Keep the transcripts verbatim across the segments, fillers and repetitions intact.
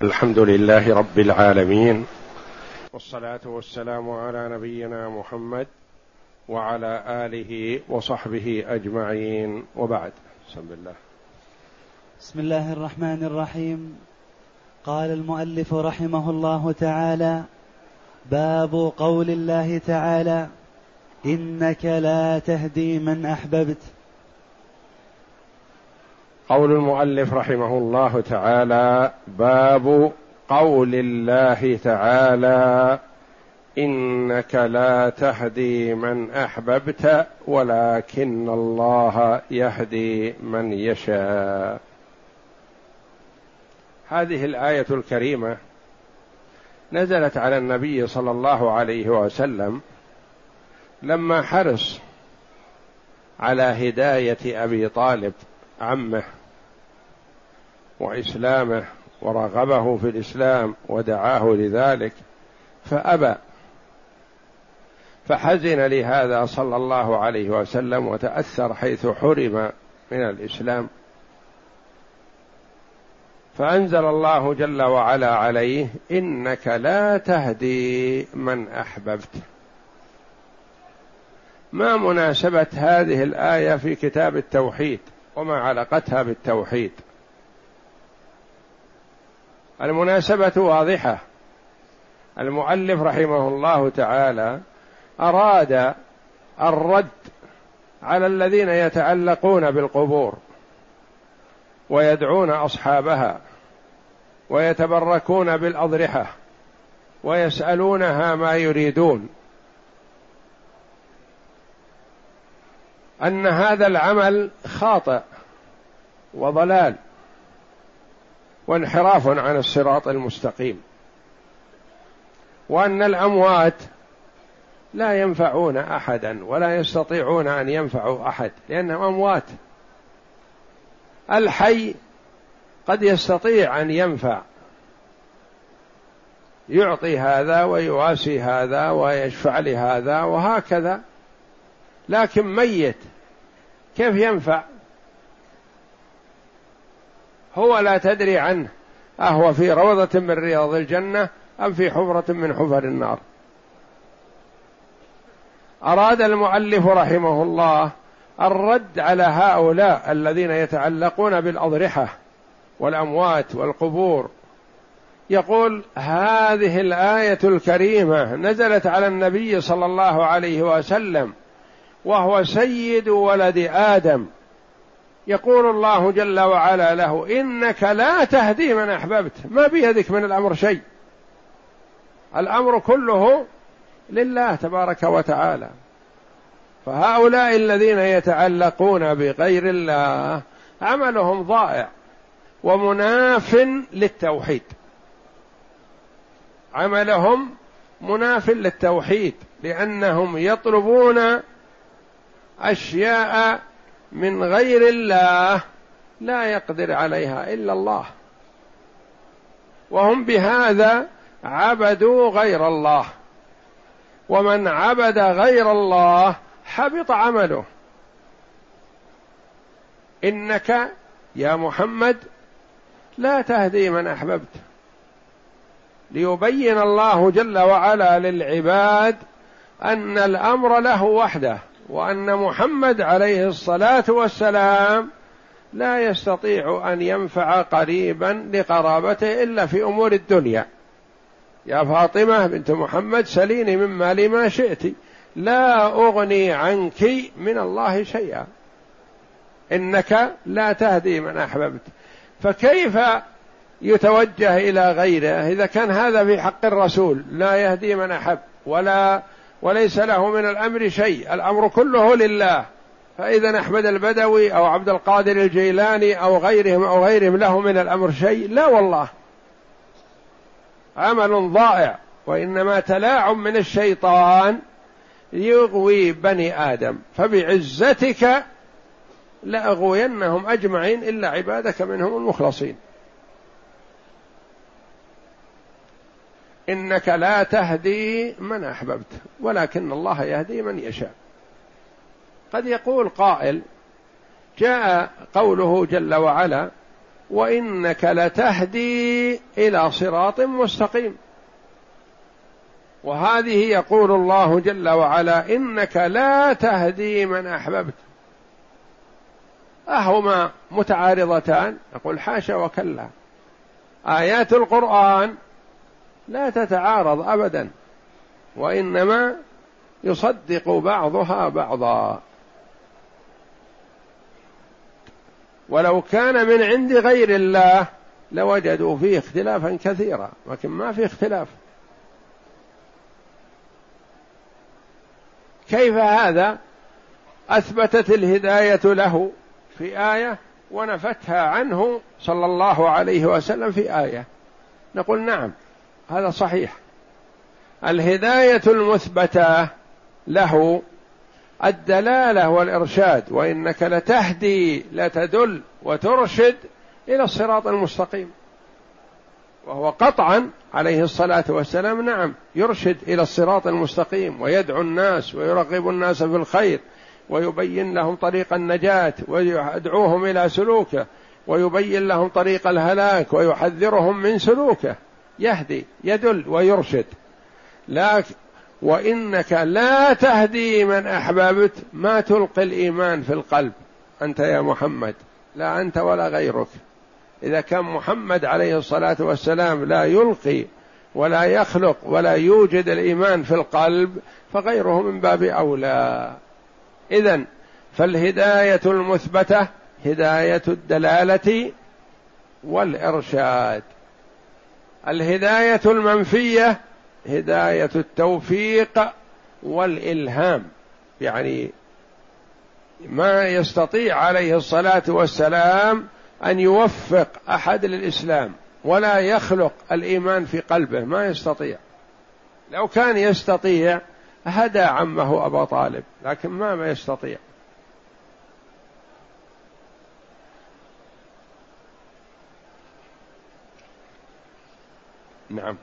الحمد لله رب العالمين، والصلاة والسلام على نبينا محمد وعلى آله وصحبه أجمعين، وبعد. بسم الله بسم الله الرحمن الرحيم. قال المؤلف رحمه الله تعالى: باب قول الله تعالى: إنك لا تهدي من أحببت. قول المؤلف رحمه الله تعالى: باب قول الله تعالى: إنك لا تهدي من أحببت ولكن الله يهدي من يشاء. هذه الآية الكريمة نزلت على النبي صلى الله عليه وسلم لما حرص على هداية أبي طالب عمه وإسلامه، ورغبه في الإسلام ودعاه لذلك فأبى، فحزن لهذا صلى الله عليه وسلم وتأثر حيث حرم من الإسلام، فأنزل الله جل وعلا عليه: إنك لا تهدي من أحببت. ما مناسبة هذه الآية في كتاب التوحيد وما علاقتها بالتوحيد؟ المناسبة واضحة. المؤلف رحمه الله تعالى أراد الرد على الذين يتعلقون بالقبور ويدعون أصحابها ويتبركون بالأضرحة ويسألونها ما يريدون، أن هذا العمل خاطئ وضلال وانحراف عن الصراط المستقيم، وأن الأموات لا ينفعون أحدا ولا يستطيعون أن ينفعوا أحد لأنهم أموات. الحي قد يستطيع أن ينفع، يعطي هذا ويواسي هذا ويشفع لهذا وهكذا، لكن ميت كيف ينفع؟ هو لا تدري عنه أهو في روضة من رياض الجنة أم في حفرة من حفر النار. أراد المؤلف رحمه الله الرد على هؤلاء الذين يتعلقون بالأضرحة والأموات والقبور، يقول: هذه الآية الكريمة نزلت على النبي صلى الله عليه وسلم وهو سيد ولد آدم، يقول الله جل وعلا له: إنك لا تهدي من أحببت. ما بيدك من الأمر شيء، الأمر كله لله تبارك وتعالى. فهؤلاء الذين يتعلقون بغير الله عملهم ضائع ومناف للتوحيد، عملهم مناف للتوحيد، لأنهم يطلبون أشياء من غير الله لا يقدر عليها إلا الله، وهم بهذا عبدوا غير الله، ومن عبد غير الله حبط عمله. إنك يا محمد لا تهدي من أحببت، ليبين الله جل وعلا للعباد أن الأمر له وحده، وأن محمد عليه الصلاة والسلام لا يستطيع أن ينفع قريبا لقرابته إلا في أمور الدنيا. يا فاطمة بنت محمد سليني من مالي ما شئت لا أغني عنك من الله شيئا. إنك لا تهدي من أحببت، فكيف يتوجه إلى غيره إذا كان هذا في حق الرسول؟ لا يهدي من أحب ولا وليس له من الأمر شيء، الأمر كله لله. فإذا أحمد البدوي أو عبد القادر الجيلاني أو غيرهم أو غيرهم له من الأمر شيء؟ لا والله، عمل ضائع، وإنما تلاعب من الشيطان يغوي بني آدم. فبعزتك لأغوينهم أجمعين إلا عبادك منهم المخلصين. إنك لا تهدي من أحببت ولكن الله يهدي من يشاء. قد يقول قائل: جاء قوله جل وعلا: وإنك لتهدي إلى صراط مستقيم. وهذه يقول الله جل وعلا إنك لا تهدي من أحببت. أهما متعارضتان؟ نقول حاشا وكلا، آيات القرآن لا تتعارض أبدا، وإنما يصدق بعضها بعضا. ولو كان من عند غير الله لوجدوا فيه اختلافا كثيرا، لكن ما في اختلاف. كيف هذا؟ أثبتت الهداية له في آية ونفتها عنه صلى الله عليه وسلم في آية. نقول نعم هذا صحيح. الهداية المثبتة له الدلالة والإرشاد، وإنك لتهدي لتدل وترشد إلى الصراط المستقيم، وهو قطعا عليه الصلاة والسلام نعم يرشد إلى الصراط المستقيم، ويدعو الناس ويرغب الناس في الخير، ويبين لهم طريق النجاة، ويدعوهم إلى سلوكه، ويبين لهم طريق الهلاك، ويحذرهم من سلوكه. يهدي يدل ويرشد. لكن وإنك لا تهدي من أحببت، ما تلقي الإيمان في القلب أنت يا محمد، لا أنت ولا غيرك. إذا كان محمد عليه الصلاة والسلام لا يلقي ولا يخلق ولا يوجد الإيمان في القلب، فغيره من باب أولى. إذن فالهداية المثبتة هداية الدلالة والإرشاد، الهداية المنفية هداية التوفيق والإلهام، يعني ما يستطيع عليه الصلاة والسلام أن يوفق أحد للإسلام ولا يخلق الإيمان في قلبه، ما يستطيع. لو كان يستطيع هدى عمه أبا طالب، لكن ما ما يستطيع. نعم.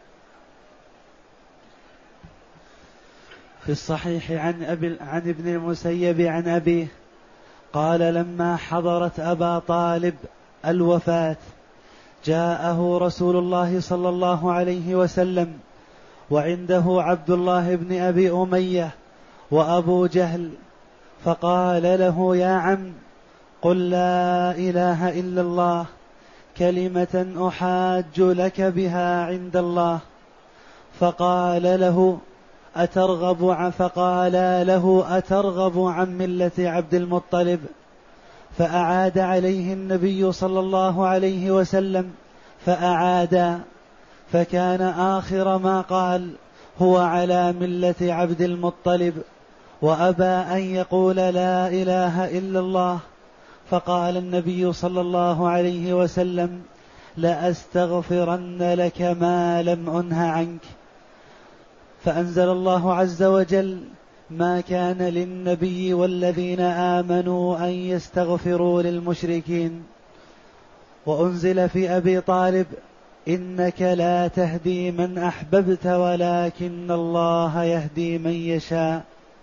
في الصحيح عن أبي عن ابن المسيب عن أبيه قال لما حضرت أبا طالب الوفاة جاءه رسول الله صلى الله عليه وسلم وعنده عبد الله بن أبي أمية وأبو جهل، فقال له يا عم قل لا إله إلا الله كلمة أحاج لك بها عند الله. فقال له أترغب عن فقال له أترغب عن ملة عبد المطلب؟ فأعاد عليه النبي صلى الله عليه وسلم فأعاد، فكان آخر ما قال هو على ملة عبد المطلب، وأبى أن يقول لا إله إلا الله. فقال النبي صلى الله عليه وسلم لأستغفرن لك ما لم أنه عنك. فأنزل الله عز وجل ما كان للنبي والذين آمنوا أن يستغفروا للمشركين. وأنزل في أبي طالب إنك لا تهدي من أحببت ولكن الله يهدي من يشاء.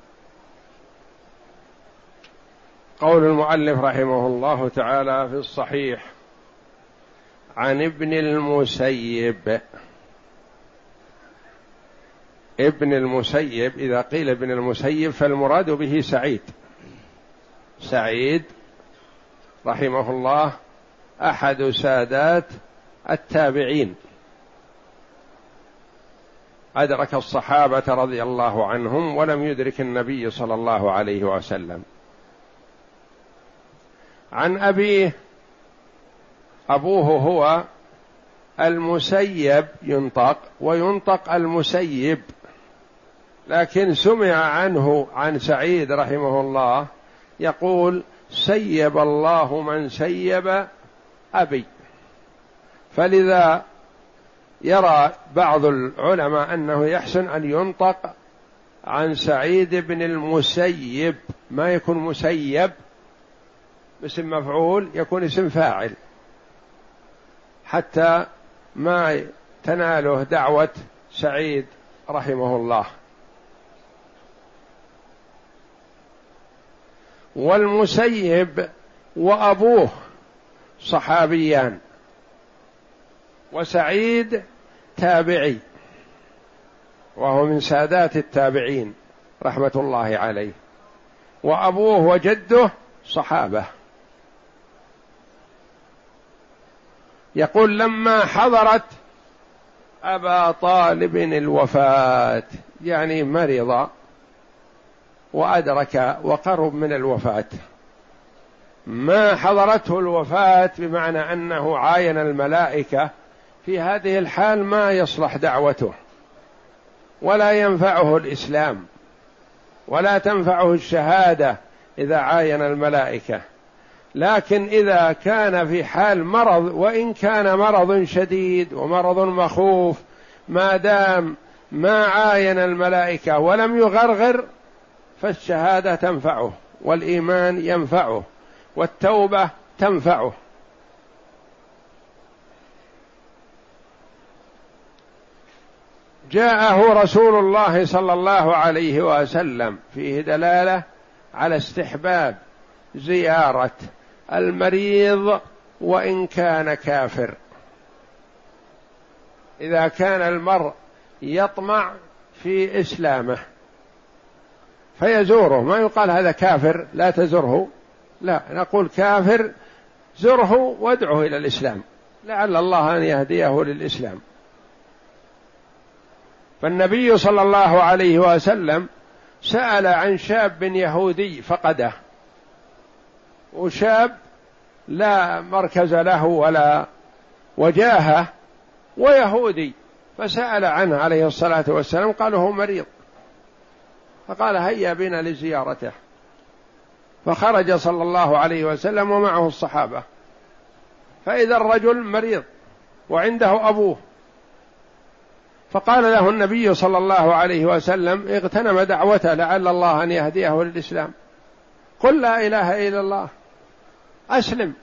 قول المؤلف رحمه الله تعالى في الصحيح عن ابن المسيب. ابن المسيب إذا قيل ابن المسيب فالمراد به سعيد. سعيد رحمه الله أحد سادات التابعين، أدرك الصحابة رضي الله عنهم ولم يدرك النبي صلى الله عليه وسلم. عن أبيه، أبوه هو المسيب ينطق وينطق المسيب، لكن سمع عنه عن سعيد رحمه الله يقول سيب الله من سيب أبي، فلذا يرى بعض العلماء أنه يحسن أن ينطق عن سعيد بن المسيب، ما يكون مسيب اسم مفعول، يكون اسم فاعل حتى ما تناله دعوة سعيد رحمه الله. والمسيب وأبوه صحابيان، وسعيد تابعي وهو من سادات التابعين رحمة الله عليه، وأبوه وجده صحابة. يقول لما حضرت أبا طالب الوفاة، يعني مرض وأدرك وقرب من الوفاة، ما حضرته الوفاة بمعنى أنه عاين الملائكة، في هذه الحال ما يصلح دعوته ولا ينفعه الإسلام ولا تنفعه الشهادة إذا عاين الملائكة. لكن إذا كان في حال مرض، وإن كان مرض شديد ومرض مخوف، ما دام ما عاين الملائكة ولم يغرغر فالشهادة تنفعه، والإيمان ينفعه، والتوبة تنفعه. جاءه رسول الله صلى الله عليه وسلم، فيه دلالة على استحباب زيارة المريض وإن كان كافر، إذا كان المرء يطمع في إسلامه فيزوره، ما يقال هذا كافر لا تزره، لا، نقول كافر زره وادعه إلى الإسلام لعل الله أن يهديه للإسلام. فالنبي صلى الله عليه وسلم سأل عن شاب يهودي فقده، وشاب لا مركز له ولا وجاهه ويهودي، فسأل عنه عليه الصلاة والسلام، قالوا هو مريض، فقال هيا بنا لزيارته، فخرج صلى الله عليه وسلم ومعه الصحابة، فإذا الرجل مريض وعنده أبوه، فقال له النبي صلى الله عليه وسلم اغتنم دعوته لعل الله أن يهديه للإسلام، قل لا إله إلا الله أسلم.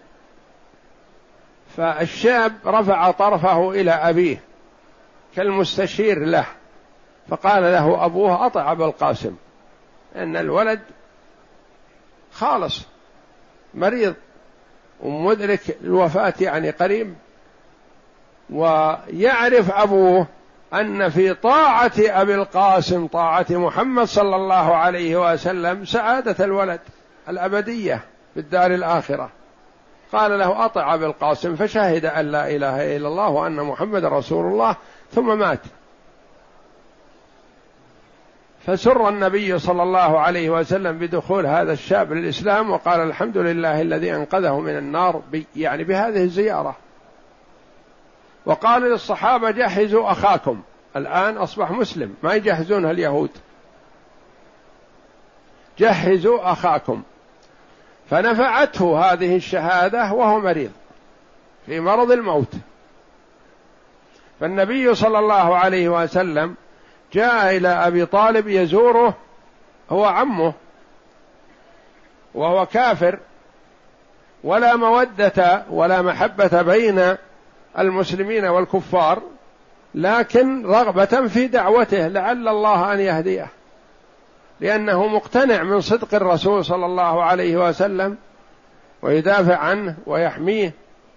فالشاب رفع طرفه إلى أبيه كالمستشير له، فقال له أبوه أطع أبا القاسم، إن الولد خالص مريض ومدرك الوفاة يعني قريب، ويعرف أبوه أن في طاعة أبي القاسم، طاعة محمد صلى الله عليه وسلم، سعادة الولد الأبدية في الدار الآخرة. قال له أطع أبي القاسم، فشهد أن لا إله إلا الله وأن محمد رسول الله، ثم مات. فسر النبي صلى الله عليه وسلم بدخول هذا الشاب للإسلام، وقال الحمد لله الذي أنقذه من النار بي يعني بهذه الزيارة. وقال للصحابة جهزوا أخاكم، الآن أصبح مسلم، ما يجهزونها اليهود، جهزوا أخاكم. فنفعته هذه الشهادة وهو مريض في مرض الموت. فالنبي صلى الله عليه وسلم جاء إلى أبي طالب يزوره، هو عمه وهو كافر، ولا مودة ولا محبة بين المسلمين والكفار، لكن رغبة في دعوته لعل الله أن يهديه، لأنه مقتنع من صدق الرسول صلى الله عليه وسلم ويدافع عنه ويحميه.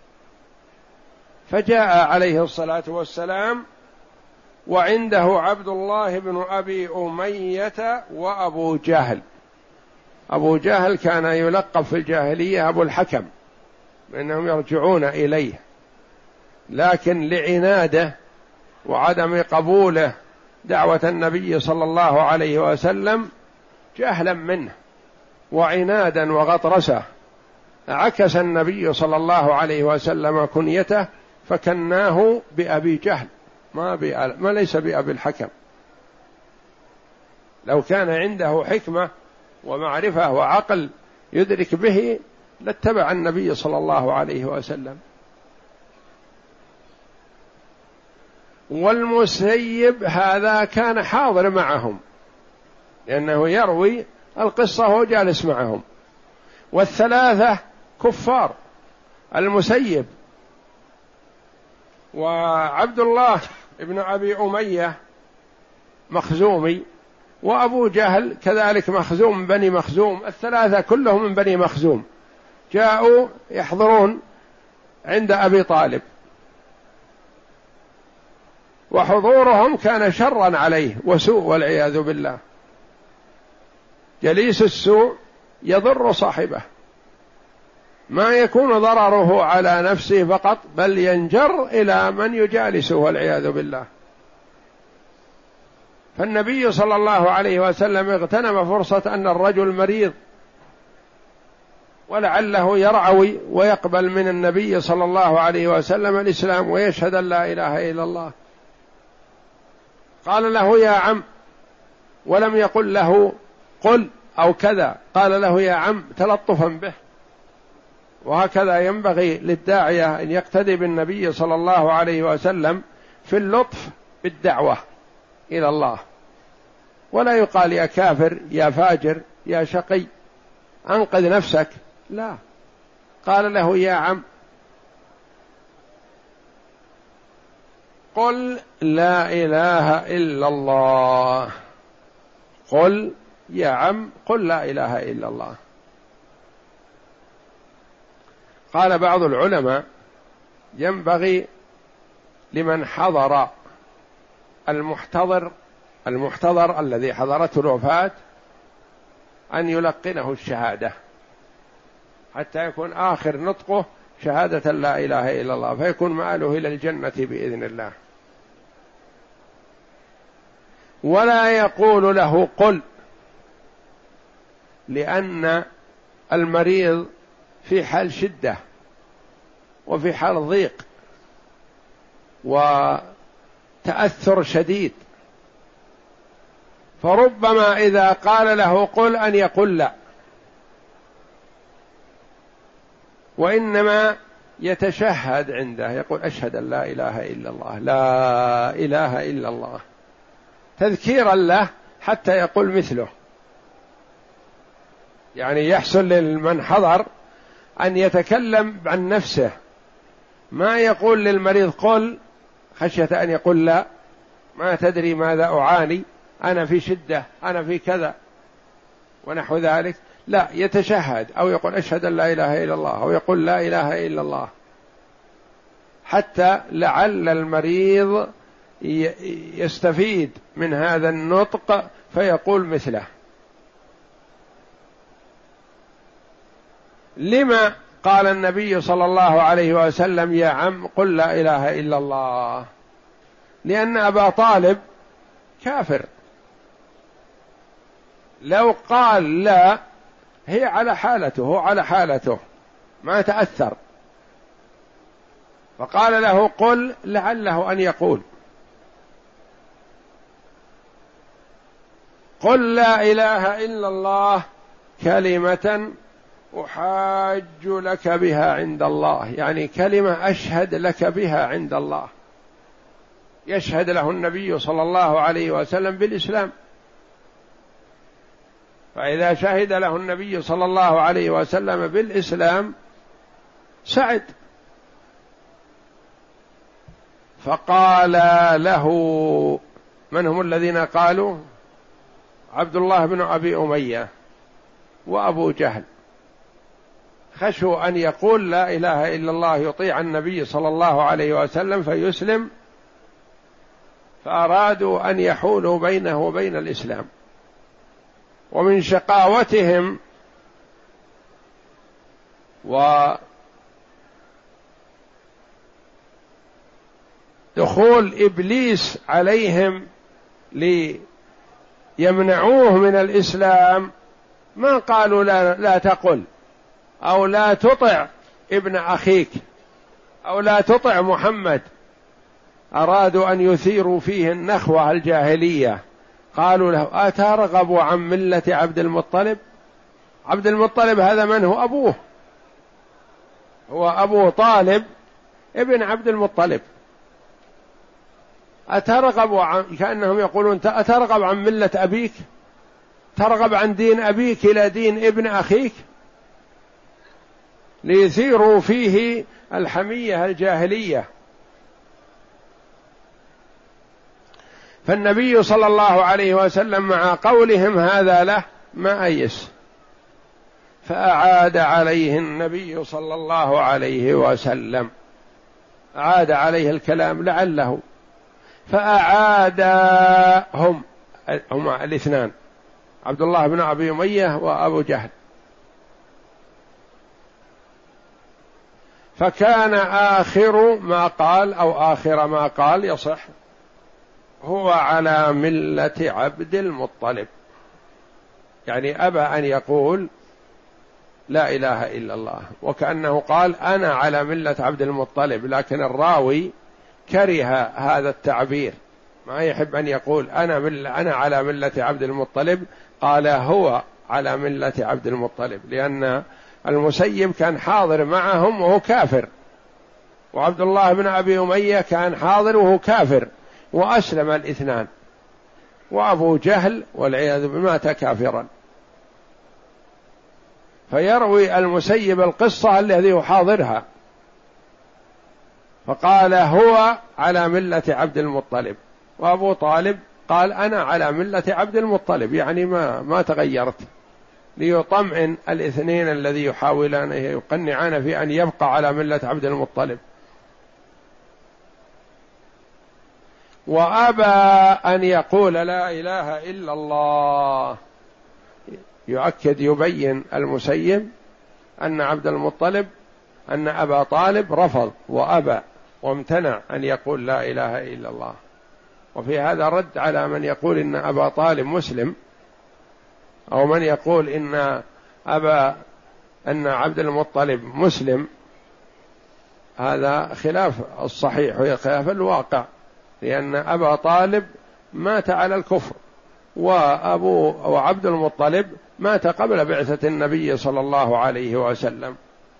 فجاء عليه الصلاة والسلام وعنده عبد الله بن أبي أمية وأبو جهل. أبو جهل كان يلقب في الجاهلية أبو الحكم، لأنهم يرجعون إليه، لكن لعناده وعدم قبوله دعوة النبي صلى الله عليه وسلم جهلا منه وعنادا وغطرسة، عكس النبي صلى الله عليه وسلم كنيته فكناه بأبي جهل، ما, ما ليس بأبي الحكم. لو كان عنده حكمة ومعرفة وعقل يدرك به لاتبع النبي صلى الله عليه وسلم. والمسيب هذا كان حاضر معهم، لأنه يروي القصة وهو جالس معهم. والثلاثة كفار، المسيب وعبد الله ابن أبي أمية مخزومي، وأبو جهل كذلك مخزوم من بني مخزوم، الثلاثة كلهم من بني مخزوم، جاءوا يحضرون عند أبي طالب، وحضورهم كان شرا عليه وسوء والعياذ بالله. جليس السوء يضر صاحبه، ما يكون ضرره على نفسه فقط بل ينجر إلى من يجالسه والعياذ بالله. فالنبي صلى الله عليه وسلم اغتنم فرصة أن الرجل مريض ولعله يرعوي ويقبل من النبي صلى الله عليه وسلم الإسلام ويشهد أن لا إله إلا الله، قال له يا عم، ولم يقل له قل أو كذا، قال له يا عم تلطفا به. وهكذا ينبغي للداعية أن يقتدي بالنبي صلى الله عليه وسلم في اللطف بالدعوة إلى الله، ولا يقال يا كافر يا فاجر يا شقي أنقذ نفسك، لا، قال له يا عم قل لا إله إلا الله، قل يا عم قل لا إله إلا الله. قال بعض العلماء ينبغي لمن حضر المحتضر المحتضر الذي حضرته الوفاة أن يلقنه الشهادة حتى يكون آخر نطقه شهادة لا إله إلا الله، فيكون مآله إلى الجنة بإذن الله. ولا يقول له قل، لأن المريض في حال شدة وفي حال ضيق وتأثر شديد، فربما إذا قال له قل أن يقول لا، وإنما يتشهد عنده يقول أشهد أن لا إله إلا الله، لا إله إلا الله، تذكيرا له حتى يقول مثله. يعني يحصل لمن حضر أن يتكلم عن نفسه، ما يقول للمريض قل خشية أن يقول لا، ما تدري ماذا أعاني، أنا في شدة، أنا في كذا ونحو ذلك، لا، يتشهد أو يقول أشهد أن لا إله إلا الله، أو يقول لا إله إلا الله، حتى لعل المريض يستفيد من هذا النطق فيقول مثله. لما قال النبي صلى الله عليه وسلم يا عم قل لا إله إلا الله؟ لأن أبا طالب كافر، لو قال لا هي على حالته، هو على حالته ما تأثر، فقال له قل لعله أن يقول قل لا إله إلا الله كلمة أحاج لك بها عند الله، يعني كلمة أشهد لك بها عند الله، يشهد له النبي صلى الله عليه وسلم بالإسلام، فإذا شهد له النبي صلى الله عليه وسلم بالإسلام سعد. فقال له من هم الذين قالوا؟ عبد الله بن أبي أمية وأبو جهل، خشوا أن يقول لا إله إلا الله يطيع النبي صلى الله عليه وسلم فيسلم، فأرادوا أن يحولوا بينه وبين الإسلام. ومن شقاوتهم ودخول إبليس عليهم ليمنعوه من الإسلام ما قالوا لا, لا تقل أو لا تطع ابن أخيك أو لا تطع محمد، أرادوا أن يثيروا فيه النخوة الجاهلية، قالوا له أترغب عن ملة عبد المطلب؟ عبد المطلب هذا من هو؟ أبوه، هو أبو طالب ابن عبد المطلب. أترغب عن، كأنهم يقولون أترغب عن ملة أبيك، ترغب عن دين أبيك إلى دين ابن أخيك، ليثيروا فيه الحمية الجاهلية. فالنبي صلى الله عليه وسلم مع قولهم هذا له ما أيس، فأعاد عليه النبي صلى الله عليه وسلم، أعاد عليه الكلام لعله، فأعادهم هما الاثنان عبد الله بن أبي أمية وأبو جهل، فكان آخر ما قال أو آخر ما قال يصح هو على ملة عبد المطلب، يعني أبى أن يقول لا إله إلا الله، وكأنه قال أنا على ملة عبد المطلب، لكن الراوي كره هذا التعبير، ما يحب أن يقول أنا, مل أنا على ملة عبد المطلب، قال هو على ملة عبد المطلب، لأن المسيب كان حاضر معهم وهو كافر، وعبد الله بن أبي أمية كان حاضر وهو كافر، وأسلم الاثنان، وأبو جهل والعياذ بالله مات كافرا، فيروي المسيب القصة الذي هو حاضرها، فقال هو على ملة عبد المطلب، وأبو طالب قال أنا على ملة عبد المطلب، يعني ما ما تغيرت، ليطمئن الاثنين الذي يحاولان يقنعان في أن يبقى على ملة عبد المطلب. وأبى أن يقول لا إله إلا الله، يؤكد يبين المسيب أن عبد المطلب أن أبا طالب رفض وأبى وامتنع أن يقول لا إله إلا الله، وفي هذا رد على من يقول إن أبا طالب مسلم، أو من يقول إن أبا أن عبد المطلب مسلم، هذا خلاف الصحيح وخلاف الواقع، لأن أبا طالب مات على الكفر، وأبو وعبد المطلب مات قبل بعثة النبي صلى الله عليه وسلم.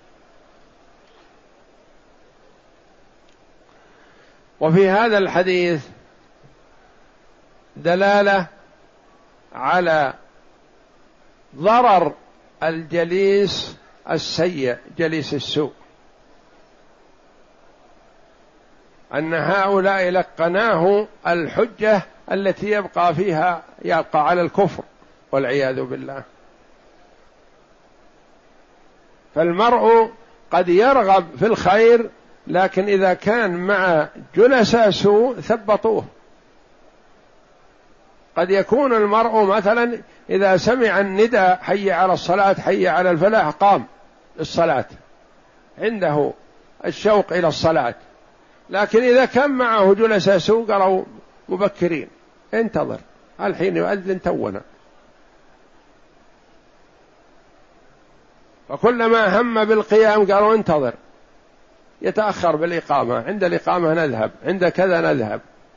وفي هذا الحديث دلالة على ضرر الجليس السيء، جليس السوء، أن هؤلاء لقناه الحجة التي يبقى فيها يبقى على الكفر والعياذ بالله. فالمرء قد يرغب في الخير، لكن إذا كان مع جلساء سوء ثبطوه. قد يكون المرء مثلا إذا سمع النداء حي على الصلاة حي على الفلاح قام الصلاة، عنده الشوق إلى الصلاة، لكن إذا كان معه جلساء سوء قالوا مبكرين انتظر الحين يؤذن تونا، وكلما هم بالقيام قالوا انتظر يتأخر بالإقامة، عند الإقامة نذهب، عند كذا نذهب.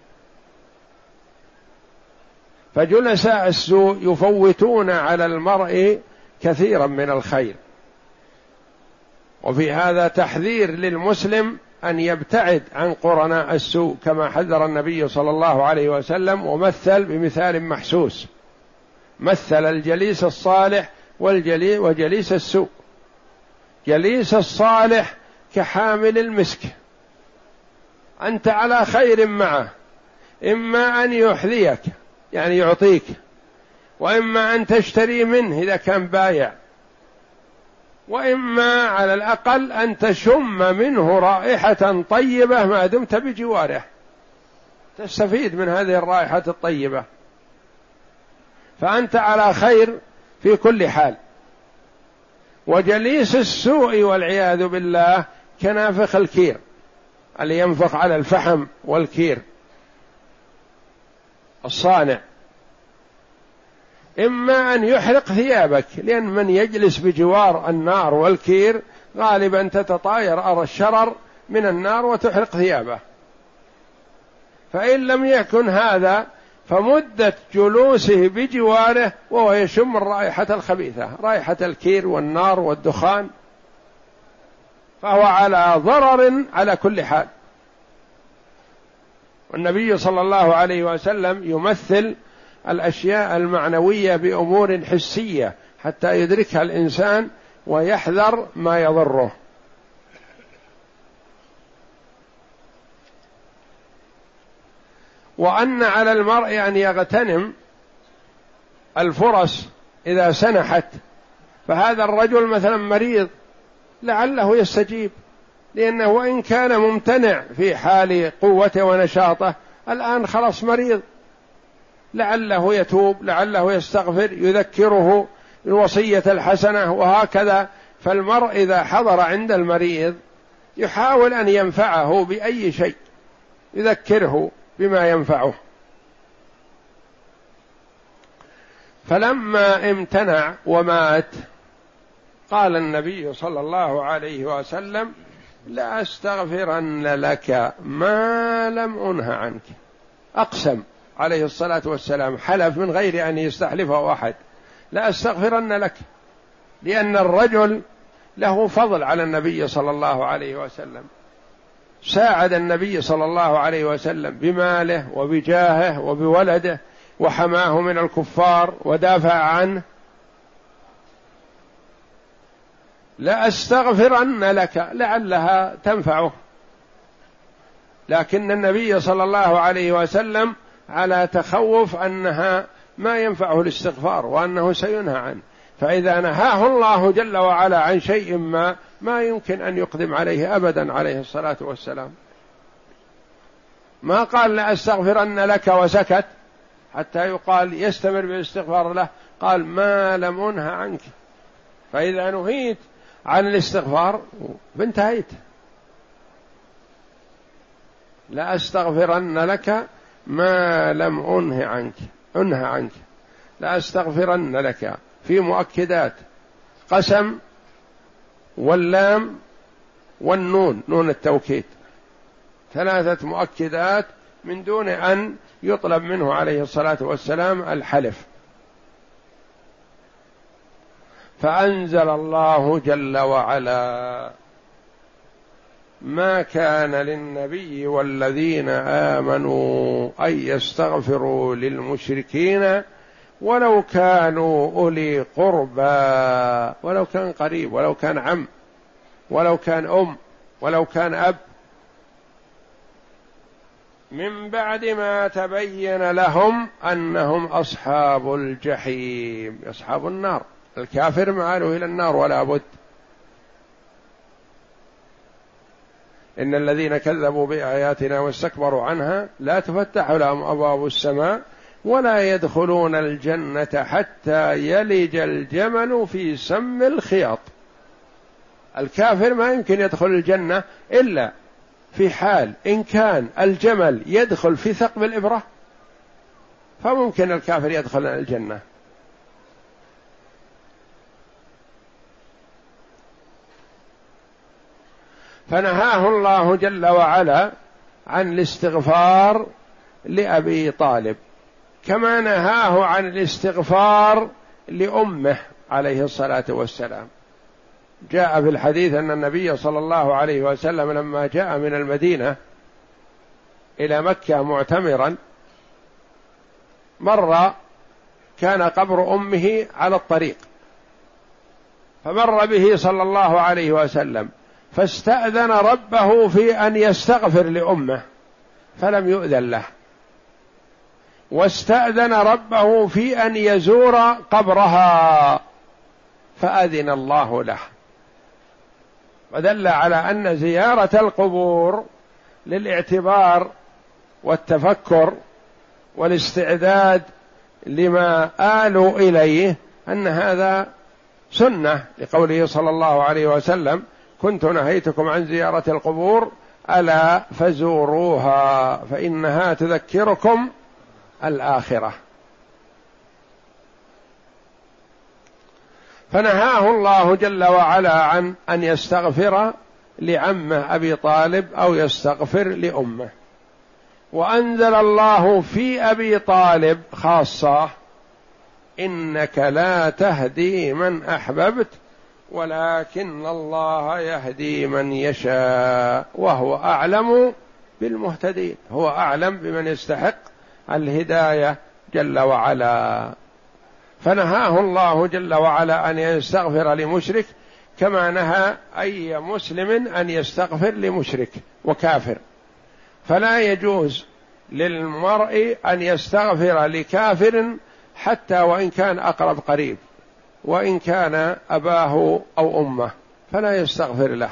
فجلساء السوء يفوتون على المرء كثيرا من الخير. وفي هذا تحذير للمسلم أن يبتعد عن قرناء السوء، كما حذر النبي صلى الله عليه وسلم، ومثل بمثال محسوس، مثل الجليس الصالح والجليس وجليس السوء. جليس الصالح كحامل المسك، أنت على خير معه، إما أن يحذيك يعني يعطيك، وإما أن تشتري منه إذا كان بايع، وإما على الأقل أن تشم منه رائحة طيبة ما دمت بجواره، تستفيد من هذه الرائحة الطيبة، فأنت على خير في كل حال. وجليس السوء والعياذ بالله كنافخ الكير اللي ينفخ على الفحم والكير الصانع، إما أن يحرق ثيابك، لأن من يجلس بجوار النار والكير غالبا تتطاير أرى الشرر من النار وتحرق ثيابه. فإن لم يكن هذا فمدة جلوسه بجواره وهو يشم الرائحة الخبيثة، رائحة الكير والنار والدخان، فهو على ضرر على كل حال. والنبي صلى الله عليه وسلم يمثل الأشياء المعنوية بأمور حسية حتى يدركها الإنسان ويحذر ما يضره. وأن على المرء أن يغتنم الفرص إذا سنحت فهذا الرجل مثلا مريض لعله يستجيب، لأنه وإن كان ممتنع في حال قوته ونشاطه الآن خلاص مريض، لعله يتوب، لعله يستغفر، يذكره الوصية الحسنة وهكذا. فالمرء إذا حضر عند المريض يحاول أن ينفعه بأي شيء، يذكره بما ينفعه. فلما امتنع ومات قال النبي صلى الله عليه وسلم: لأستغفرن لك ما لم أنه عنك. أقسم عليه الصلاة والسلام، حلف من غير أن يستحلفه أحد: لأستغفرن لك، لأن الرجل له فضل على النبي صلى الله عليه وسلم، ساعد النبي صلى الله عليه وسلم بماله وبجاهه وبولده، وحماه من الكفار ودافع عنه. لأستغفرن لك لعلها تنفعه، لكن النبي صلى الله عليه وسلم على تخوف أنها ما ينفعه الاستغفار وأنه سينهى عنه، فإذا نهاه الله جل وعلا عن شيء ما ما يمكن أن يقدم عليه أبدا عليه الصلاة والسلام. ما قال لأستغفرن لك وسكت حتى يقال يستمر بالاستغفار له، قال: ما لم أنه عنك، فإذا نهيت عن الاستغفار فانتهيت. لأستغفرن لك ما لم أنه عنك أنه عنك لأستغفرن لك في مؤكدات: قسم واللام والنون، نون التوكيد، ثلاثة مؤكدات من دون أن يطلب منه عليه الصلاة والسلام الحلف. فأنزل الله جل وعلا: ما كان للنبي والذين آمنوا أن يستغفروا للمشركين ولو كانوا أولي قربى، ولو كان قريب، ولو كان عم، ولو كان أم، ولو كان أب، من بعد ما تبين لهم أنهم أصحاب الجحيم، أصحاب النار. الكافر معاله إلى النار ولا بد. إن الذين كذبوا بآياتنا واستكبروا عنها لا تفتح لهم أبواب السماء ولا يدخلون الجنة حتى يلج الجمل في سم الخياط. الكافر ما يمكن يدخل الجنة إلا في حال إن كان الجمل يدخل في ثقب الإبرة، فممكن الكافر يدخل الجنة. فنهاه الله جل وعلا عن الاستغفار لأبي طالب، كما نهاه عن الاستغفار لأمه عليه الصلاة والسلام. جاء في الحديث أن النبي صلى الله عليه وسلم لما جاء من المدينة إلى مكة معتمرا، مر كان قبر أمه على الطريق، فمر به صلى الله عليه وسلم، فاستأذن ربه في أن يستغفر لأمه فلم يؤذن له، واستأذن ربه في أن يزور قبرها فأذن الله له، ودل على أن زيارة القبور للاعتبار والتفكر والاستعداد لما آلوا إليه، أن هذا سنة، لقوله صلى الله عليه وسلم: كنت نهيتكم عن زيارة القبور ألا فزوروها فإنها تذكركم الآخرة. فنهاه الله جل وعلا عن أن يستغفر لعمه أبي طالب أو يستغفر لأمه. وأنزل الله في أبي طالب خاصة: إنك لا تهدي من أحببت ولكن الله يهدي من يشاء وهو أعلم بالمهتدين. هو أعلم بمن يستحق الهداية جل وعلا. فنهاه الله جل وعلا أن يستغفر لمشرك، كما نهى أي مسلم أن يستغفر لمشرك وكافر. فلا يجوز للمرء أن يستغفر لكافر حتى وإن كان أقرب قريب، وإن كان أباه أو أمه فلا يستغفر له.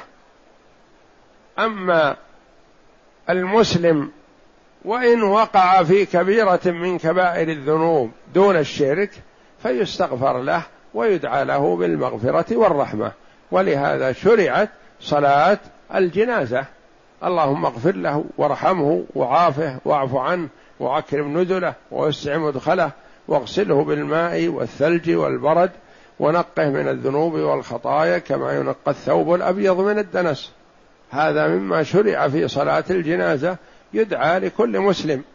أما المسلم وإن وقع في كبيرة من كبائر الذنوب دون الشرك فيستغفر له ويدعى له بالمغفرة والرحمة. ولهذا شرعت صلاة الجنازة، اللهم اغفر له وارحمه وعافه واعف عنه وأكرم نزله ووسع مدخله واغسله بالماء والثلج والبرد ونقه من الذنوب والخطايا كما ينقى الثوب الأبيض من الدنس. هذا مما شرع في صلاة الجنازة، يدعى لكل مسلم.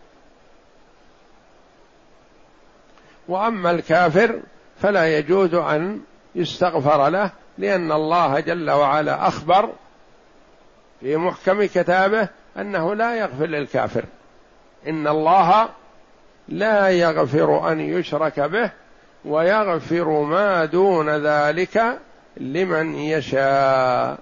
وأما الكافر فلا يجوز أن يستغفر له، لأن الله جل وعلا أخبر في محكم كتابه أنه لا يغفر للكافر، إن الله لا يغفر أن يشرك به ويغفر ما دون ذلك لمن يشاء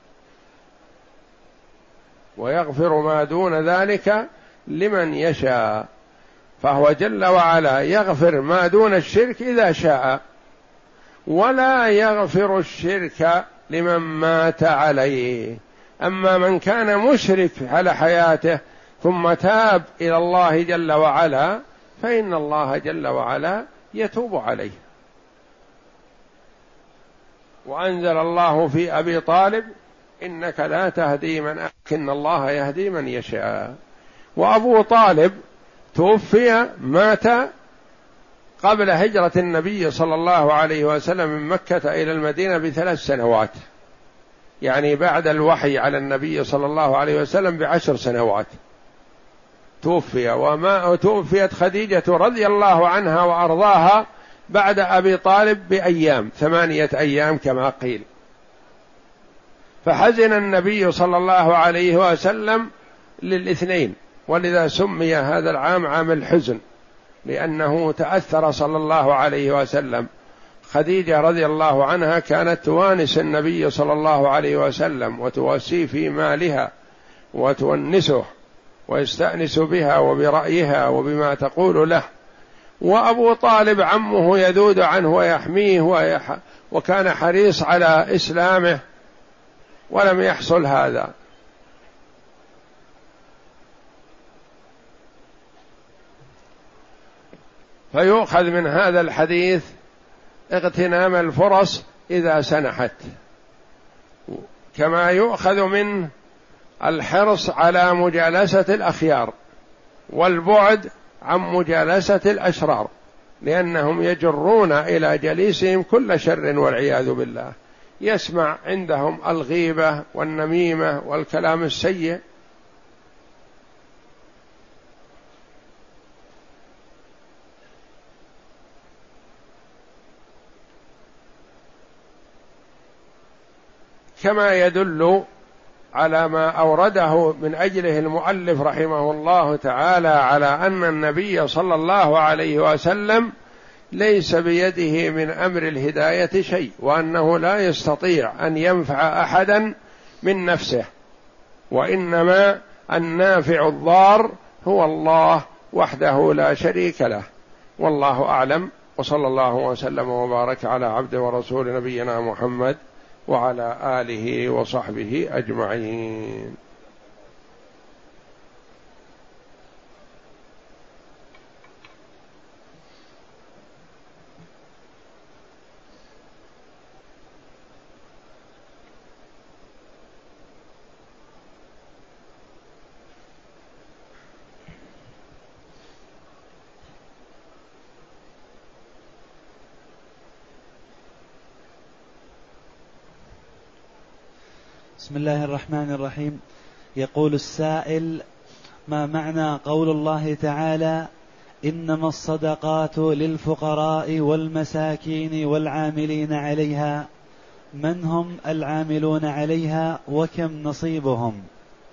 ويغفر ما دون ذلك لمن يشاء. فهو جل وعلا يغفر ما دون الشرك إذا شاء، ولا يغفر الشرك لمن مات عليه. أما من كان مشرك على حياته ثم تاب إلى الله جل وعلا فإن الله جل وعلا يتوب عليه. وأنزل الله في أبي طالب إنك لا تهدي من أحببت إن الله يهدي من يشاء. وأبو طالب توفي مات قبل هجرة النبي صلى الله عليه وسلم من مكة إلى المدينة بثلاث سنوات، يعني بعد الوحي على النبي صلى الله عليه وسلم بعشر سنوات توفي. وما توفيت خديجة رضي الله عنها وأرضاها بعد أبي طالب بأيام، ثمانية أيام كما قيل. فحزن النبي صلى الله عليه وسلم للاثنين، ولذا سمي هذا العام عام الحزن، لأنه تأثر صلى الله عليه وسلم. خديجة رضي الله عنها كانت توانس النبي صلى الله عليه وسلم وتواسيه في مالها وتونسه ويستأنس بها وبرأيها وبما تقول له. وأبو طالب عمه يذود عنه ويحميه ويح... وكان حريص على إسلامه ولم يحصل هذا. فيؤخذ من هذا الحديث اغتنام الفرص إذا سنحت، كما يؤخذ منه الحرص على مجالسة الأخيار والبعد عن مجالسة الأشرار، لأنهم يجرون إلى جليسهم كل شر والعياذ بالله. يسمع عندهم الغيبة والنميمة والكلام السيء. كما يدل على ما أورده من أجله المؤلف رحمه الله تعالى على أن النبي صلى الله عليه وسلم ليس بيده من أمر الهداية شيء، وأنه لا يستطيع أن ينفع أحدا من نفسه، وإنما النافع الضار هو الله وحده لا شريك له. والله أعلم، وصلى الله وسلم وبارك على عبد ورسول نبينا محمد وعلى آله وصحبه أجمعين. بسم الله الرحمن الرحيم. يقول السائل: ما معنى قول الله تعالى: إنما الصدقات للفقراء والمساكين والعاملين عليها؟ من هم العاملون عليها وكم نصيبهم؟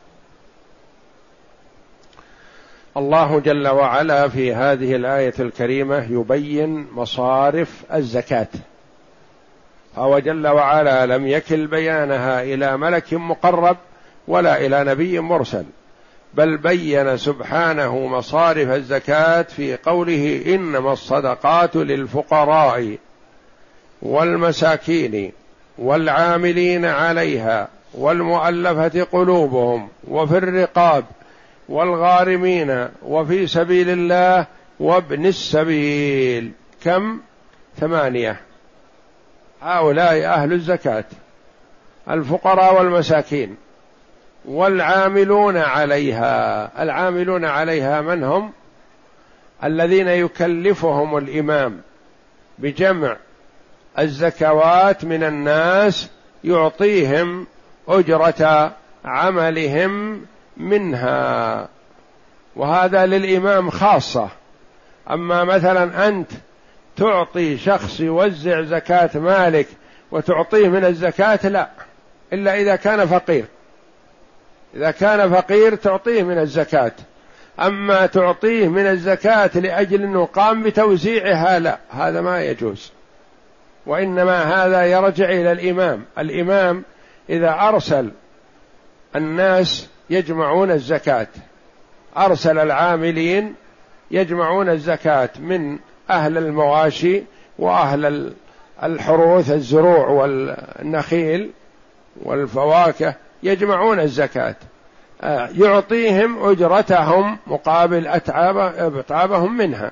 الله جل وعلا في هذه الآية الكريمة يبين مصارف الزكاة، فهو جل وعلا لم يكل بيانها إلى ملك مقرب ولا إلى نبي مرسل، بل بين سبحانه مصارف الزكاة في قوله: إنما الصدقات للفقراء والمساكين والعاملين عليها والمؤلفة قلوبهم وفي الرقاب والغارمين وفي سبيل الله وابن السبيل. كم؟ ثمانية. هؤلاء أهل الزكاة: الفقراء والمساكين والعاملون عليها. العاملون عليها من هم؟ الذين يكلفهم الإمام بجمع الزكوات من الناس، يعطيهم أجرة عملهم منها، وهذا للإمام خاصة. أما مثلا أنت تعطي شخص يوزع زكاة مالك وتعطيه من الزكاة، لا، إلا إذا كان فقير. إذا كان فقير تعطيه من الزكاة، أما تعطيه من الزكاة لأجل أنه قام بتوزيعها، لا، هذا ما يجوز. وإنما هذا يرجع إلى الإمام. الإمام إذا أرسل الناس يجمعون الزكاة، أرسل العاملين يجمعون الزكاة من أهل المواشي وأهل الحروث الزروع والنخيل والفواكه، يجمعون الزكاة، يعطيهم أجرتهم مقابل أتعابهم منها.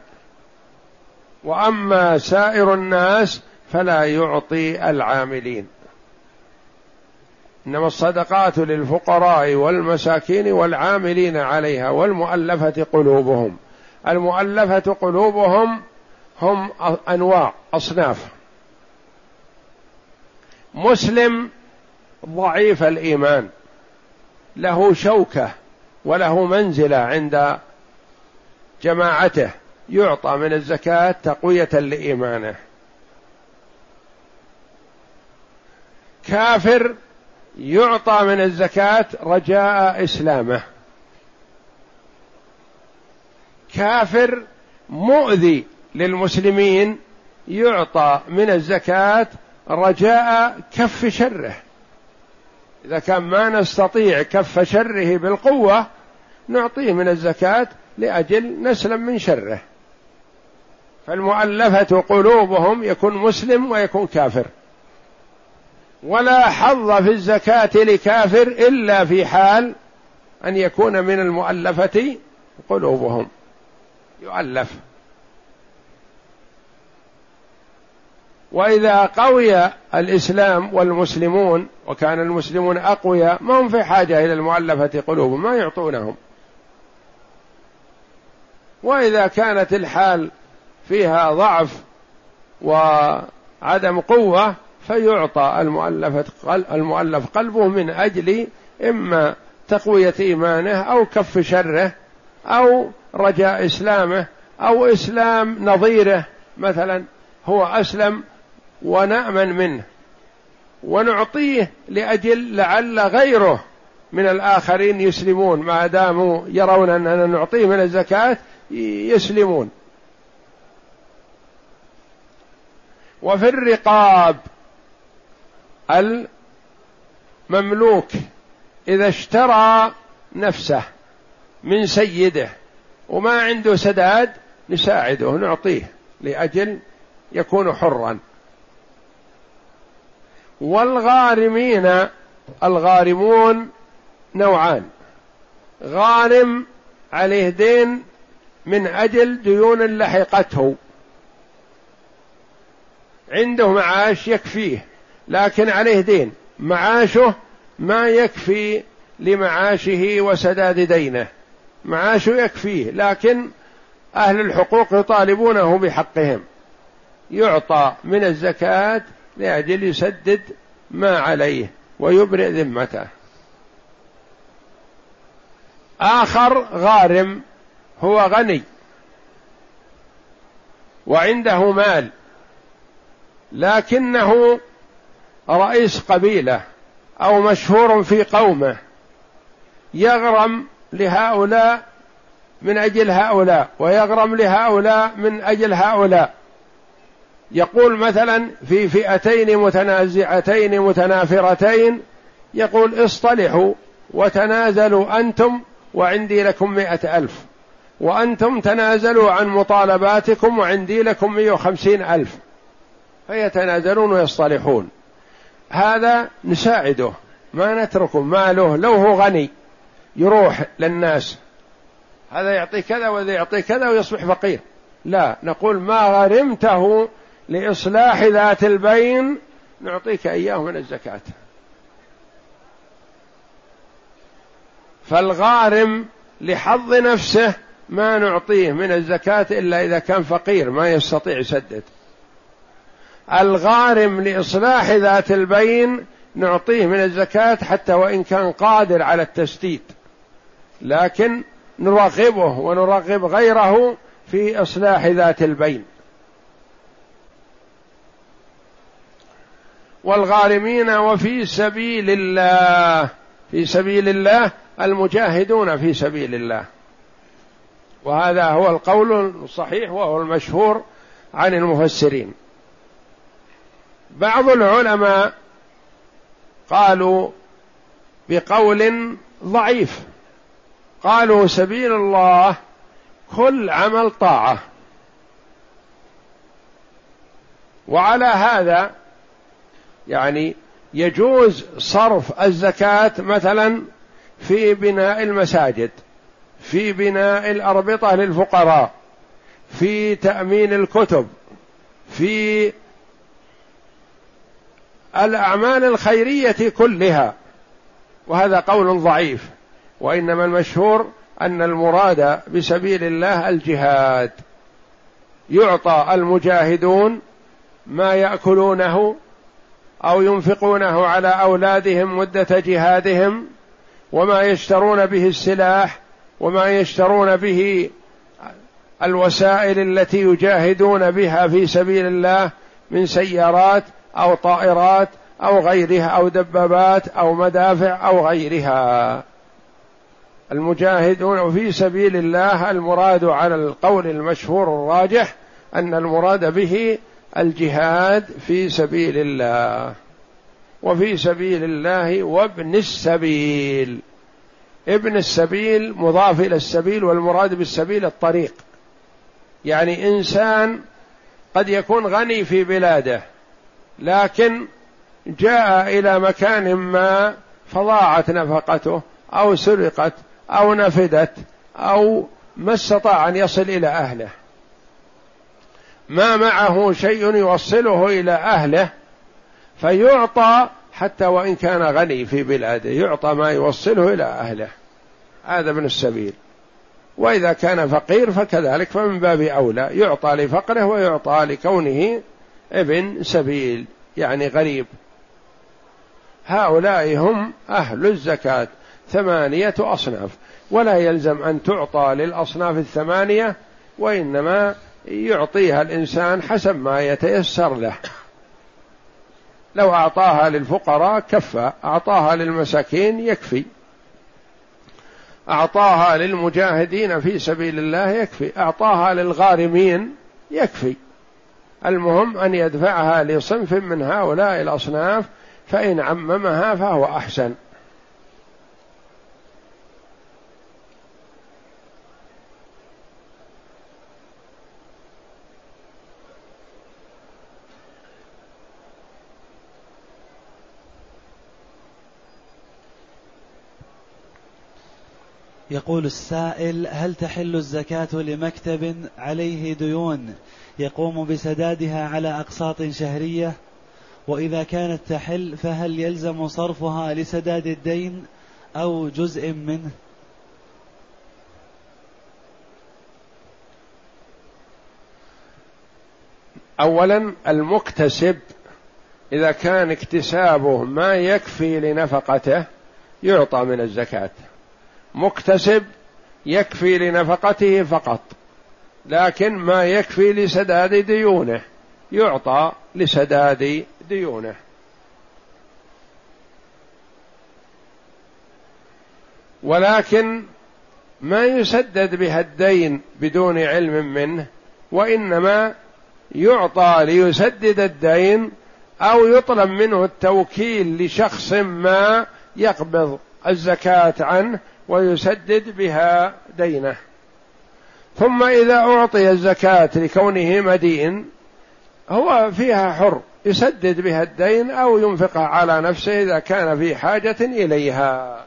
وأما سائر الناس فلا يعطي العاملين. إنما الصدقات للفقراء والمساكين والعاملين عليها والمؤلفة قلوبهم. المؤلفة قلوبهم هم أنواع أصناف: مسلم ضعيف الإيمان، له شوكة وله منزلة عند جماعته، يعطى من الزكاة تقوية لإيمانه. كافر يعطى من الزكاة رجاء إسلامه. كافر مؤذي للمسلمين يعطى من الزكاة رجاء كف شره. إذا كان ما نستطيع كف شره بالقوة نعطيه من الزكاة لأجل نسلم من شره. فالمؤلفة قلوبهم يكون مسلم ويكون كافر، ولا حظ في الزكاة لكافر إلا في حال أن يكون من المؤلفة قلوبهم، يؤلف. وإذا قوي الإسلام والمسلمون وكان المسلمون أقوياء ما هم في حاجة إلى المؤلفة قلوبهم، ما يعطونهم. وإذا كانت الحال فيها ضعف وعدم قوة فيعطى المؤلفة المؤلف قلبه من أجل إما تقوية إيمانه أو كف شره أو رجاء إسلامه أو إسلام نظيره. مثلا هو أسلم ونأمن منه ونعطيه لأجل لعل غيره من الآخرين يسلمون، ما داموا يرون أننا نعطيه من الزكاة يسلمون. وفي الرقاب المملوك إذا اشترى نفسه من سيده وما عنده سداد نساعده نعطيه لأجل يكون حرا. والغارمين، الغارمون نوعان: غارم عليه دين من أجل ديون لحقته، عنده معاش يكفيه لكن عليه دين، معاشه ما يكفي لمعاشه وسداد دينه، معاشه يكفيه لكن أهل الحقوق يطالبونه بحقهم، يعطى من الزكاة لأجل يسدد ما عليه ويبرئ ذمته. آخر غارم هو غني وعنده مال لكنه رئيس قبيلة أو مشهور في قومه، يغرم لهؤلاء من أجل هؤلاء ويغرم لهؤلاء من أجل هؤلاء. يقول مثلا في فئتين متنازعتين متنافرتين، يقول اصطلحوا وتنازلوا أنتم وعندي لكم مئة ألف، وأنتم تنازلوا عن مطالباتكم وعندي لكم مئة وخمسين ألف. فيتنازلون ويصطلحون. هذا نساعده، ما نتركه ماله لو هو غني يروح للناس، هذا يعطي كذا وذا يعطي كذا ويصبح فقير، لا، نقول ما غرمته لإصلاح ذات البين نعطيك إياه من الزكاة. فالغارم لحظ نفسه ما نعطيه من الزكاة إلا إذا كان فقير ما يستطيع يسدد. الغارم لإصلاح ذات البين نعطيه من الزكاة حتى وإن كان قادر على التسديد، لكن نرغبه ونرغب غيره في إصلاح ذات البين. والغارمين وفي سبيل الله، في سبيل الله المجاهدون في سبيل الله، وهذا هو القول الصحيح وهو المشهور عن المفسرين. بعض العلماء قالوا بقول ضعيف، قالوا سبيل الله كل عمل طاعة، وعلى هذا يعني يجوز صرف الزكاة مثلا في بناء المساجد، في بناء الأربطة للفقراء، في تأمين الكتب، في الأعمال الخيرية كلها، وهذا قول ضعيف. وإنما المشهور أن المراد بسبيل الله الجهاد، يعطى المجاهدون ما يأكلونه أو ينفقونه على أولادهم مدة جهادهم، وما يشترون به السلاح، وما يشترون به الوسائل التي يجاهدون بها في سبيل الله من سيارات أو طائرات أو غيرها أو دبابات أو مدافع أو غيرها. المجاهدون في سبيل الله المراد على القول المشهور الراجح أن المراد به الجهاد في سبيل الله. وفي سبيل الله وابن السبيل، ابن السبيل مضاف إلى السبيل، والمراد بالسبيل الطريق، يعني إنسان قد يكون غني في بلاده لكن جاء إلى مكان ما فضاعت نفقته أو سرقت أو نفدت أو ما استطاع أن يصل إلى أهله، ما معه شيء يوصله إلى أهله، فيعطى حتى وإن كان غني في بلاده، يعطى ما يوصله إلى أهله، هذا ابن السبيل. وإذا كان فقير فكذلك، فمن باب أولى يعطى لفقره ويعطى لكونه ابن سبيل يعني غريب. هؤلاء هم أهل الزكاة، ثمانية أصناف، ولا يلزم أن تعطى للأصناف الثمانية، وإنما يعطيها الإنسان حسب ما يتيسر له. لو أعطاها للفقراء كفى، أعطاها للمساكين يكفي، أعطاها للمجاهدين في سبيل الله يكفي، أعطاها للغارمين يكفي. المهم أن يدفعها لصنف من هؤلاء الأصناف، فإن عممها فهو أحسن. يقول السائل: هل تحل الزكاة لمكتب عليه ديون يقوم بسدادها على أقساط شهرية؟ وإذا كانت تحل فهل يلزم صرفها لسداد الدين أو جزء منه؟ أولا المكتسب إذا كان اكتسابه ما يكفي لنفقته يعطى من الزكاة. مكتسب يكفي لنفقته فقط، لكن ما يكفي لسداد ديونه يعطى لسداد ديونه. ولكن ما يسدد بها الدين بدون علم منه، وإنما يعطى ليسدد الدين، أو يطلب منه التوكيل لشخص ما يقبض الزكاة عنه ويسدد بها دينه. ثم إذا أعطي الزكاة لكونه مدين هو فيها حر، يسدد بها الدين أو ينفقها على نفسه إذا كان في حاجة إليها.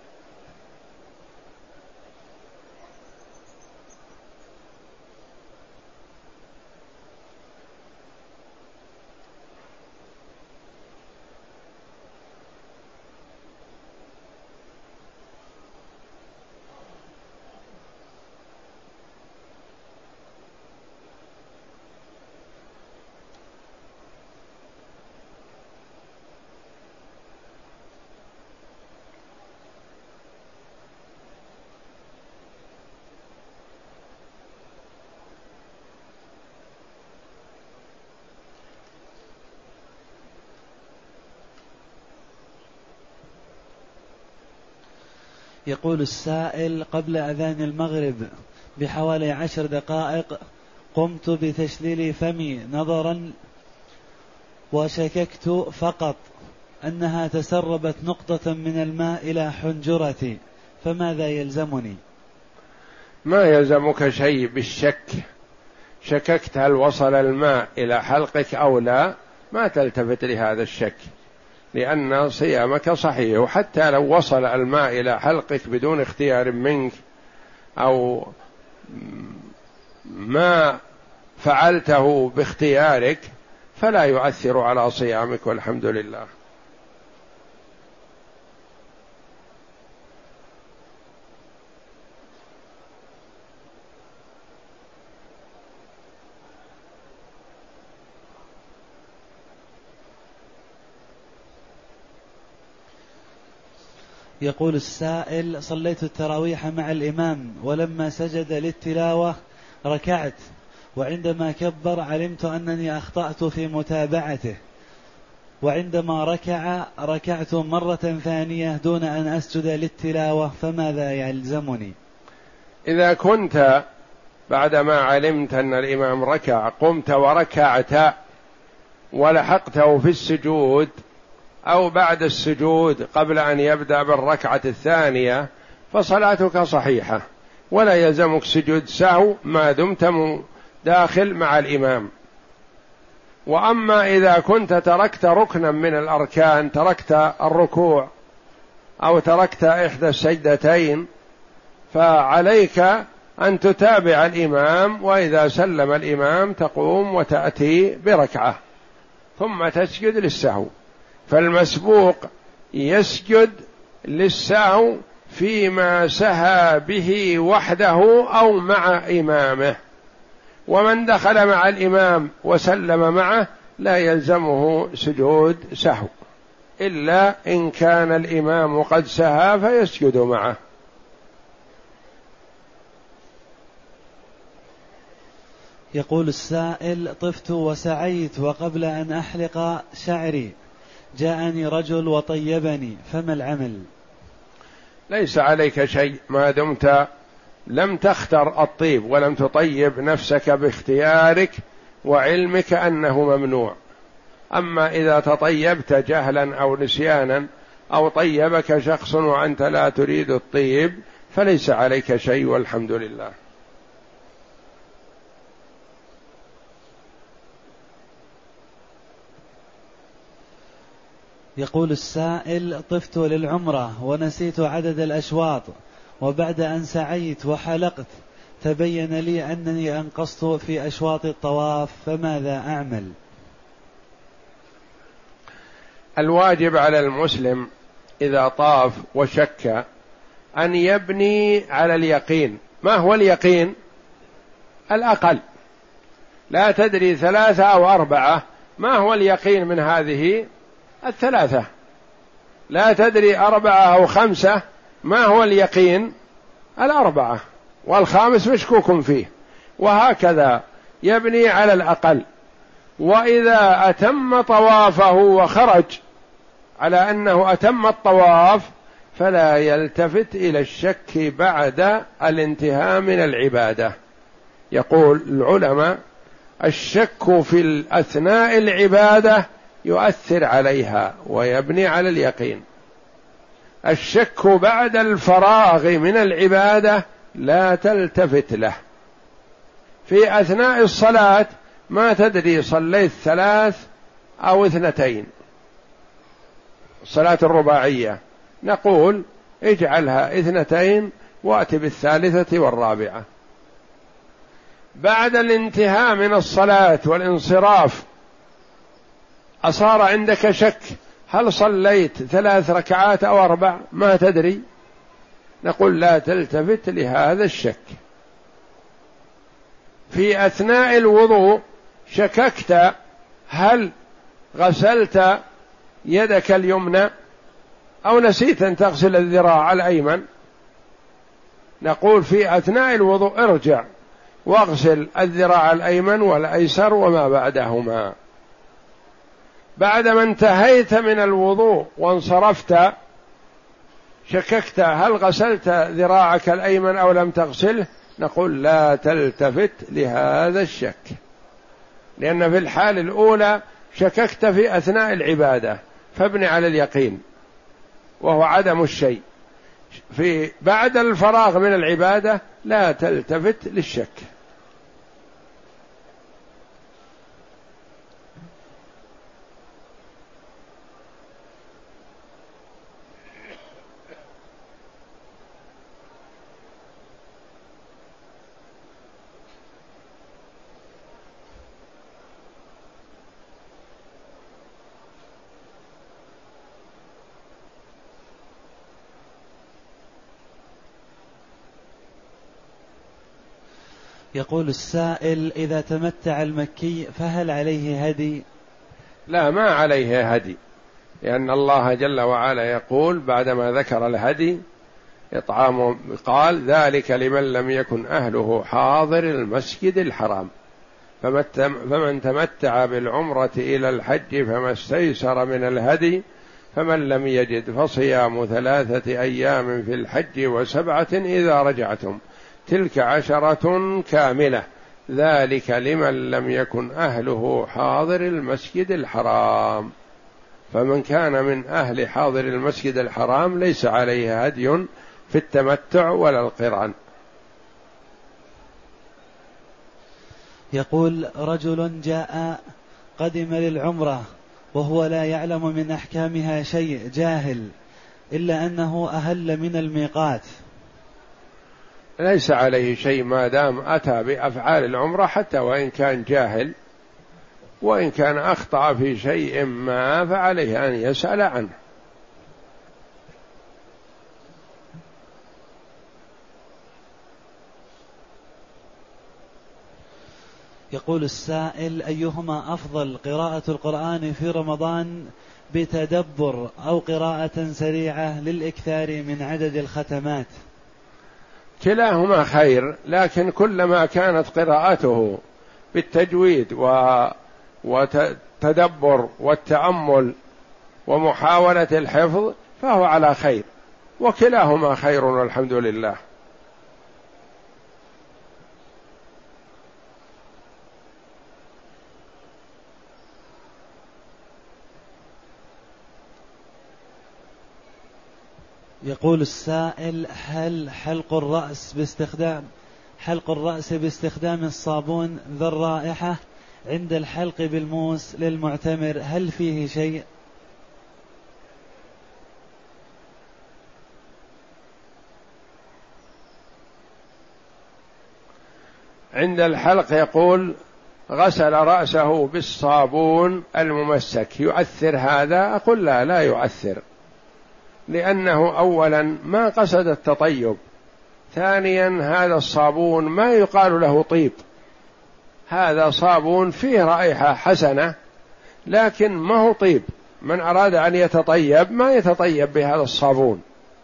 يقول السائل: قبل أذان المغرب بحوالي عشر دقائق قمت بتشليل فمي نظرا وشككت فقط أنها تسربت نقطة من الماء إلى حنجرتي، فماذا يلزمني؟ ما يلزمك شيء بالشك، شككت هل وصل الماء إلى حلقك أو لا، ما تلتفت لهذا الشك، لأن صيامك صحيح. وحتى لو وصل الماء إلى حلقك بدون اختيار منك أو ما فعلته باختيارك فلا يؤثر على صيامك، والحمد لله. يقول السائل: صليت التراويح مع الإمام، ولما سجد للتلاوة ركعت، وعندما كبر علمت أنني أخطأت في متابعته، وعندما ركع ركعت مرة ثانية دون أن أسجد للتلاوة، فماذا يلزمني؟ إذا كنت بعدما علمت أن الإمام ركع قمت وركعت ولحقته في السجود أو بعد السجود قبل أن يبدأ بالركعة الثانية فصلاتك صحيحة، ولا يلزمك سجود سهو ما دمت داخل مع الإمام. وأما إذا كنت تركت ركنا من الأركان، تركت الركوع أو تركت إحدى السجدتين، فعليك أن تتابع الإمام، وإذا سلم الإمام تقوم وتأتي بركعة ثم تسجد للسهو. فالمسبوق يسجد للسهو فيما سهى به وحده أو مع إمامه، ومن دخل مع الإمام وسلم معه لا يلزمه سجود سهو، إلا إن كان الإمام قد سهى فيسجد معه. يقول السائل: طفت وسعيت، وقبل أن أحلق شعري جاءني رجل وطيبني، فما العمل؟ ليس عليك شيء ما دمت لم تختر الطيب ولم تطيب نفسك باختيارك وعلمك أنه ممنوع. أما إذا تطيبت جهلا أو نسيانا أو طيبك شخص وأنت لا تريد الطيب فليس عليك شيء، والحمد لله. يقول السائل: طفت للعمرة ونسيت عدد الأشواط، وبعد أن سعيت وحلقت تبين لي أنني أنقصت في أشواط الطواف، فماذا أعمل؟ الواجب على المسلم إذا طاف وشك أن يبني على اليقين. ما هو اليقين؟ الأقل، لا تدري ثلاثة أو أربعة، ما هو اليقين من هذه الثلاثة؟ لا تدري أربعة أو خمسة، ما هو اليقين؟ الأربعة، والخامس مشكوك فيه، وهكذا يبني على الأقل. وإذا أتم طوافه وخرج على أنه أتم الطواف فلا يلتفت إلى الشك بعد الانتهاء من العبادة. يقول العلماء: الشك في أثناء العبادة يؤثر عليها ويبني على اليقين، الشك بعد الفراغ من العبادة لا تلتفت له. في أثناء الصلاة ما تدري صليت ثلاث أو اثنتين، الصلاة الرباعية، نقول اجعلها اثنتين وأت بالثالثة والرابعة. بعد الانتهاء من الصلاة والانصراف أصار عندك شك هل صليت ثلاث ركعات أو أربع، ما تدري، نقول لا تلتفت لهذا الشك. في أثناء الوضوء شككت هل غسلت يدك اليمنى أو نسيت أن تغسل الذراع الأيمن، نقول في أثناء الوضوء ارجع واغسل الذراع الأيمن والأيسر وما بعدهما. بعدما انتهيت من الوضوء وانصرفت شككت هل غسلت ذراعك الأيمن أو لم تغسله، نقول لا تلتفت لهذا الشك، لأن في الحال الأولى شككت في أثناء العبادة فابن على اليقين وهو عدم الشيء. في بعد الفراغ من العبادة لا تلتفت للشك. يقول السائل: إذا تمتع المكي فهل عليه هدي؟ لا، ما عليه هدي، لأن الله جل وعلا يقول بعدما ذكر الهدي إطعام، قال: ذلك لمن لم يكن أهله حاضر المسجد الحرام، فمن تمتع بالعمرة إلى الحج فما استيسر من الهدي، فمن لم يجد فصيام ثلاثة أيام في الحج وسبعة إذا رجعتم، تلك عشرة كاملة، ذلك لمن لم يكن أهله حاضر المسجد الحرام. فمن كان من أهل حاضر المسجد الحرام ليس عليه هدي في التمتع ولا القران. يقول: رجل جاء قدم للعمرة وهو لا يعلم من أحكامها شيء، جاهل، إلا أنه أهل من الميقات، ليس عليه شيء ما دام أتى بأفعال العمرة حتى وإن كان جاهل، وإن كان أخطأ في شيء ما فعليه أن يسأل عنه. يقول السائل: أيهما أفضل، قراءة القرآن في رمضان بتدبر أو قراءة سريعة للإكثار من عدد الختمات؟ كلاهما خير، لكن كلما كانت قراءته بالتجويد والتدبر والتأمل ومحاولة الحفظ فهو على خير، وكلاهما خير والحمد لله. يقول السائل: هل حلق الرأس باستخدام حلق الرأس باستخدام الصابون ذا الرائحة عند الحلق بالموس للمعتمر هل فيه شيء؟ عند الحلق يقول: غسل رأسه بالصابون الممسك، يؤثر هذا؟ أقول لا، لا يؤثر، لأنه أولا ما قصد التطيب، ثانيا هذا الصابون ما يقال له طيب، هذا صابون فيه رائحة حسنة لكن ما هو طيب. من أراد أن يتطيب ما يتطيب بهذا الصابون.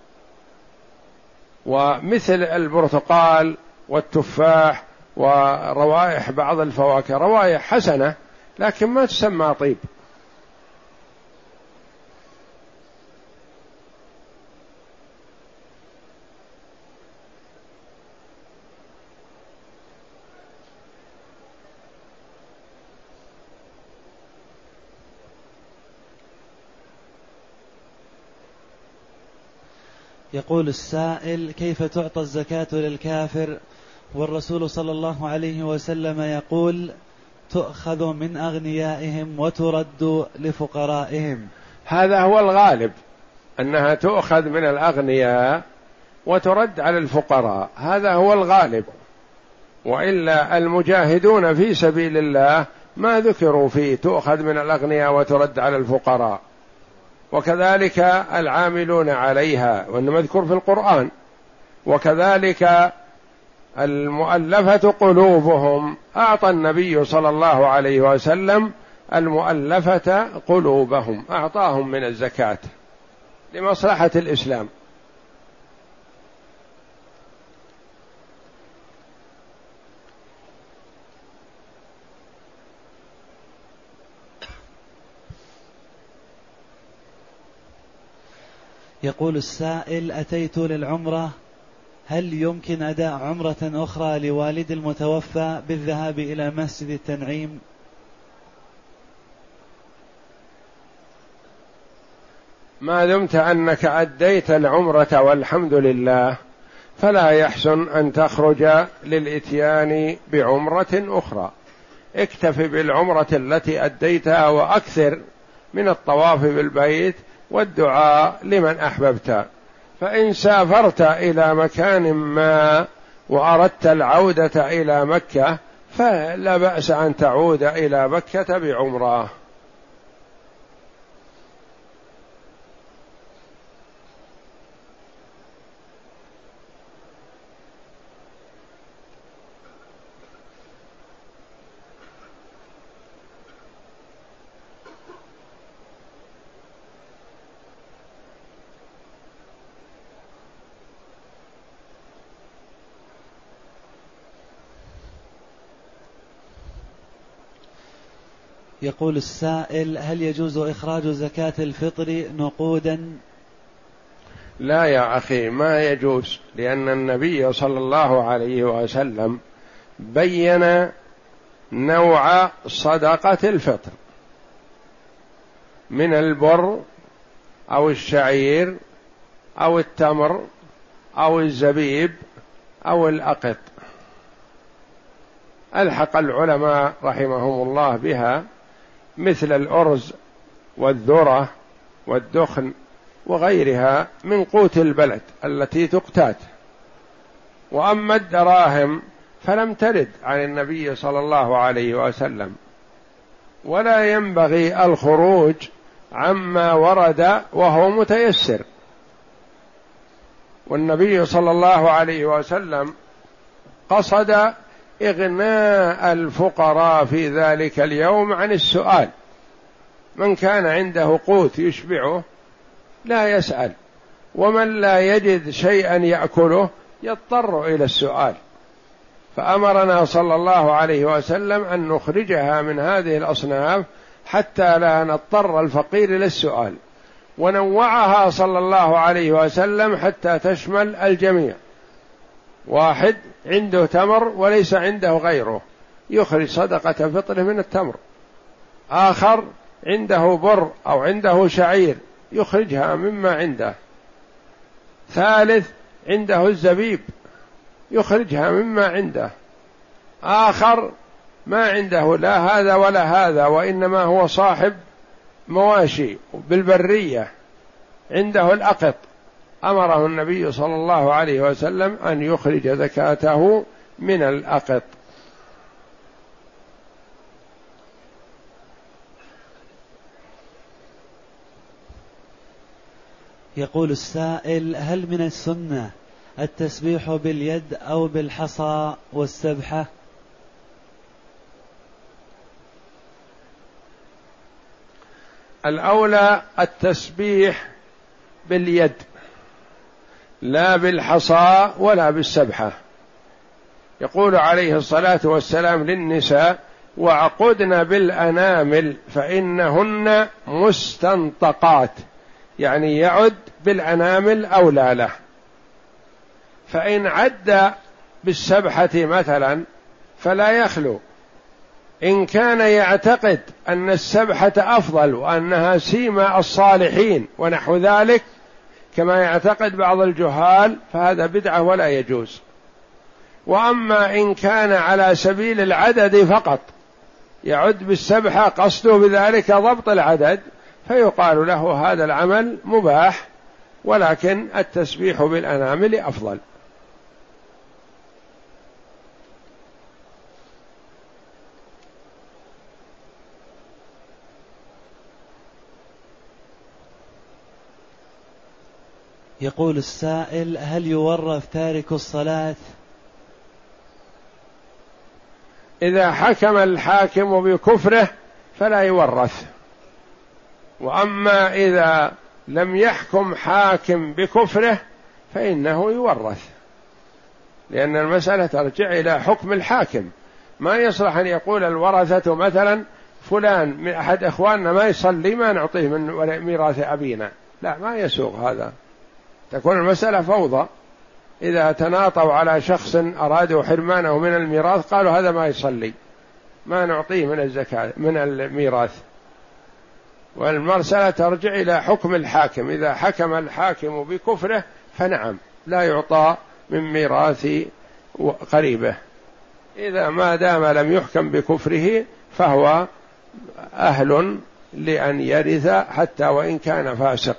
ومثل البرتقال والتفاح وروائح بعض الفواكه روائح حسنة لكن ما تسمى طيب. يقول السائل: كيف تعطى الزكاة للكافر والرسول صلى الله عليه وسلم يقول: تؤخذ من أغنيائهم وترد لفقرائهم. هذا هو الغالب، أنها تؤخذ من الأغنياء وترد على الفقراء، هذا هو الغالب، وإلا المجاهدون في سبيل الله ما ذكروا فيه تؤخذ من الأغنياء وترد على الفقراء، وكذلك العاملون عليها وأنه مذكور في القرآن، وكذلك المؤلفة قلوبهم أعطى النبي صلى الله عليه وسلم المؤلفة قلوبهم، أعطاهم من الزكاة لمصلحة الإسلام. يقول السائل: أتيت للعمرة، هل يمكن أداء عمرة أخرى لوالد المتوفى بالذهاب إلى مسجد التنعيم؟ ما دمت أنك أديت العمرة والحمد لله فلا يحسن أن تخرج للإتيان بعمرة أخرى، اكتف بالعمرة التي أديتها وأكثر من الطواف بالبيت والدعاء لمن أحببت. فإن سافرت إلى مكان ما وأردت العودة إلى مكة فلا بأس أن تعود إلى مكة بعمرة. يقول السائل: هل يجوز إخراج زكاة الفطر نقودا؟ لا يا أخي، ما يجوز، لأن النبي صلى الله عليه وسلم بين نوع صدقة الفطر من البر أو الشعير أو التمر أو الزبيب أو الأقط. ألحق العلماء رحمهم الله بها مثل الأرز والذرة والدخن وغيرها من قوت البلد التي تقتات. وأما الدراهم فلم ترد عن النبي صلى الله عليه وسلم، ولا ينبغي الخروج عما ورد وهو متيسر، والنبي صلى الله عليه وسلم قصد إغناء الفقراء في ذلك اليوم عن السؤال. من كان عنده قوت يشبعه لا يسأل، ومن لا يجد شيئا يأكله يضطر إلى السؤال، فأمرنا صلى الله عليه وسلم أن نخرجها من هذه الأصناف حتى لا نضطر الفقير إلى السؤال، ونوعها صلى الله عليه وسلم حتى تشمل الجميع. واحد عنده تمر وليس عنده غيره يخرج صدقة فطره من التمر، آخر عنده بر أو عنده شعير يخرجها مما عنده، ثالث عنده الزبيب يخرجها مما عنده، آخر ما عنده لا هذا ولا هذا وإنما هو صاحب مواشي بالبرية عنده الأقط، أمره النبي صلى الله عليه وسلم أن يخرج زكاته من الأقط. يقول السائل: هل من السنة التسبيح باليد أو بالحصى والسبحة؟ الأولى التسبيح باليد لا بالحصى ولا بالسبحة. يقول عليه الصلاة والسلام للنساء: وعقدن بالأنامل فإنهن مستنطقات، يعني يعد بالأنامل أولى له. فإن عد بالسبحة مثلا فلا يخلو، إن كان يعتقد أن السبحة أفضل وأنها سيما الصالحين ونحو ذلك كما يعتقد بعض الجهال فهذا بدعة ولا يجوز. وأما إن كان على سبيل العدد فقط يعد بالسبحة قصده بذلك ضبط العدد، فيقال له هذا العمل مباح، ولكن التسبيح بالأنامل أفضل. يقول السائل: هل يورث تارك الصلاة؟ إذا حكم الحاكم بكفره فلا يورث، وأما إذا لم يحكم حاكم بكفره فإنه يورث، لأن المسألة ترجع إلى حكم الحاكم. ما يصلح أن يقول الورثة مثلا فلان من أحد إخواننا ما يصلي ما نعطيه من ميراث أبينا، لا، ما يسوغ هذا، تكون المسألة فوضى. إذا تناطوا على شخص أرادوا حرمانه من الميراث قالوا هذا ما يصلي ما نعطيه من الزكاة من الميراث، والمسألة ترجع إلى حكم الحاكم. إذا حكم الحاكم بكفره فنعم لا يعطى من ميراث قريبه، إذا ما دام لم يحكم بكفره فهو أهل لأن يرث حتى وإن كان فاسق.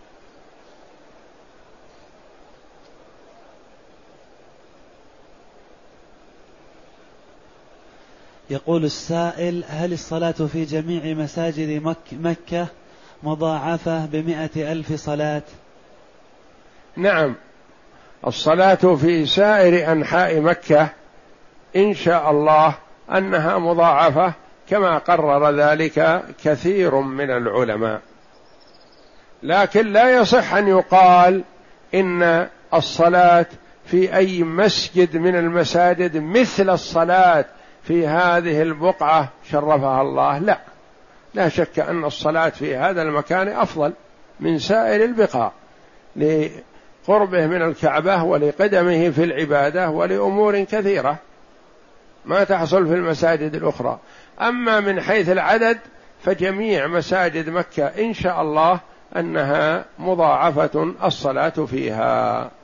يقول السائل: هل الصلاة في جميع مساجد مك مكة مضاعفة بمئة ألف صلاة؟ نعم، الصلاة في سائر أنحاء مكة إن شاء الله أنها مضاعفة كما قرر ذلك كثير من العلماء، لكن لا يصح أن يقال إن الصلاة في أي مسجد من المساجد مثل الصلاة في هذه البقعة شرفها الله، لا، لا شك أن الصلاة في هذا المكان أفضل من سائر البقاع لقربه من الكعبة ولقدمه في العبادة ولأمور كثيرة ما تحصل في المساجد الأخرى. أما من حيث العدد فجميع مساجد مكة إن شاء الله أنها مضاعفة الصلاة فيها.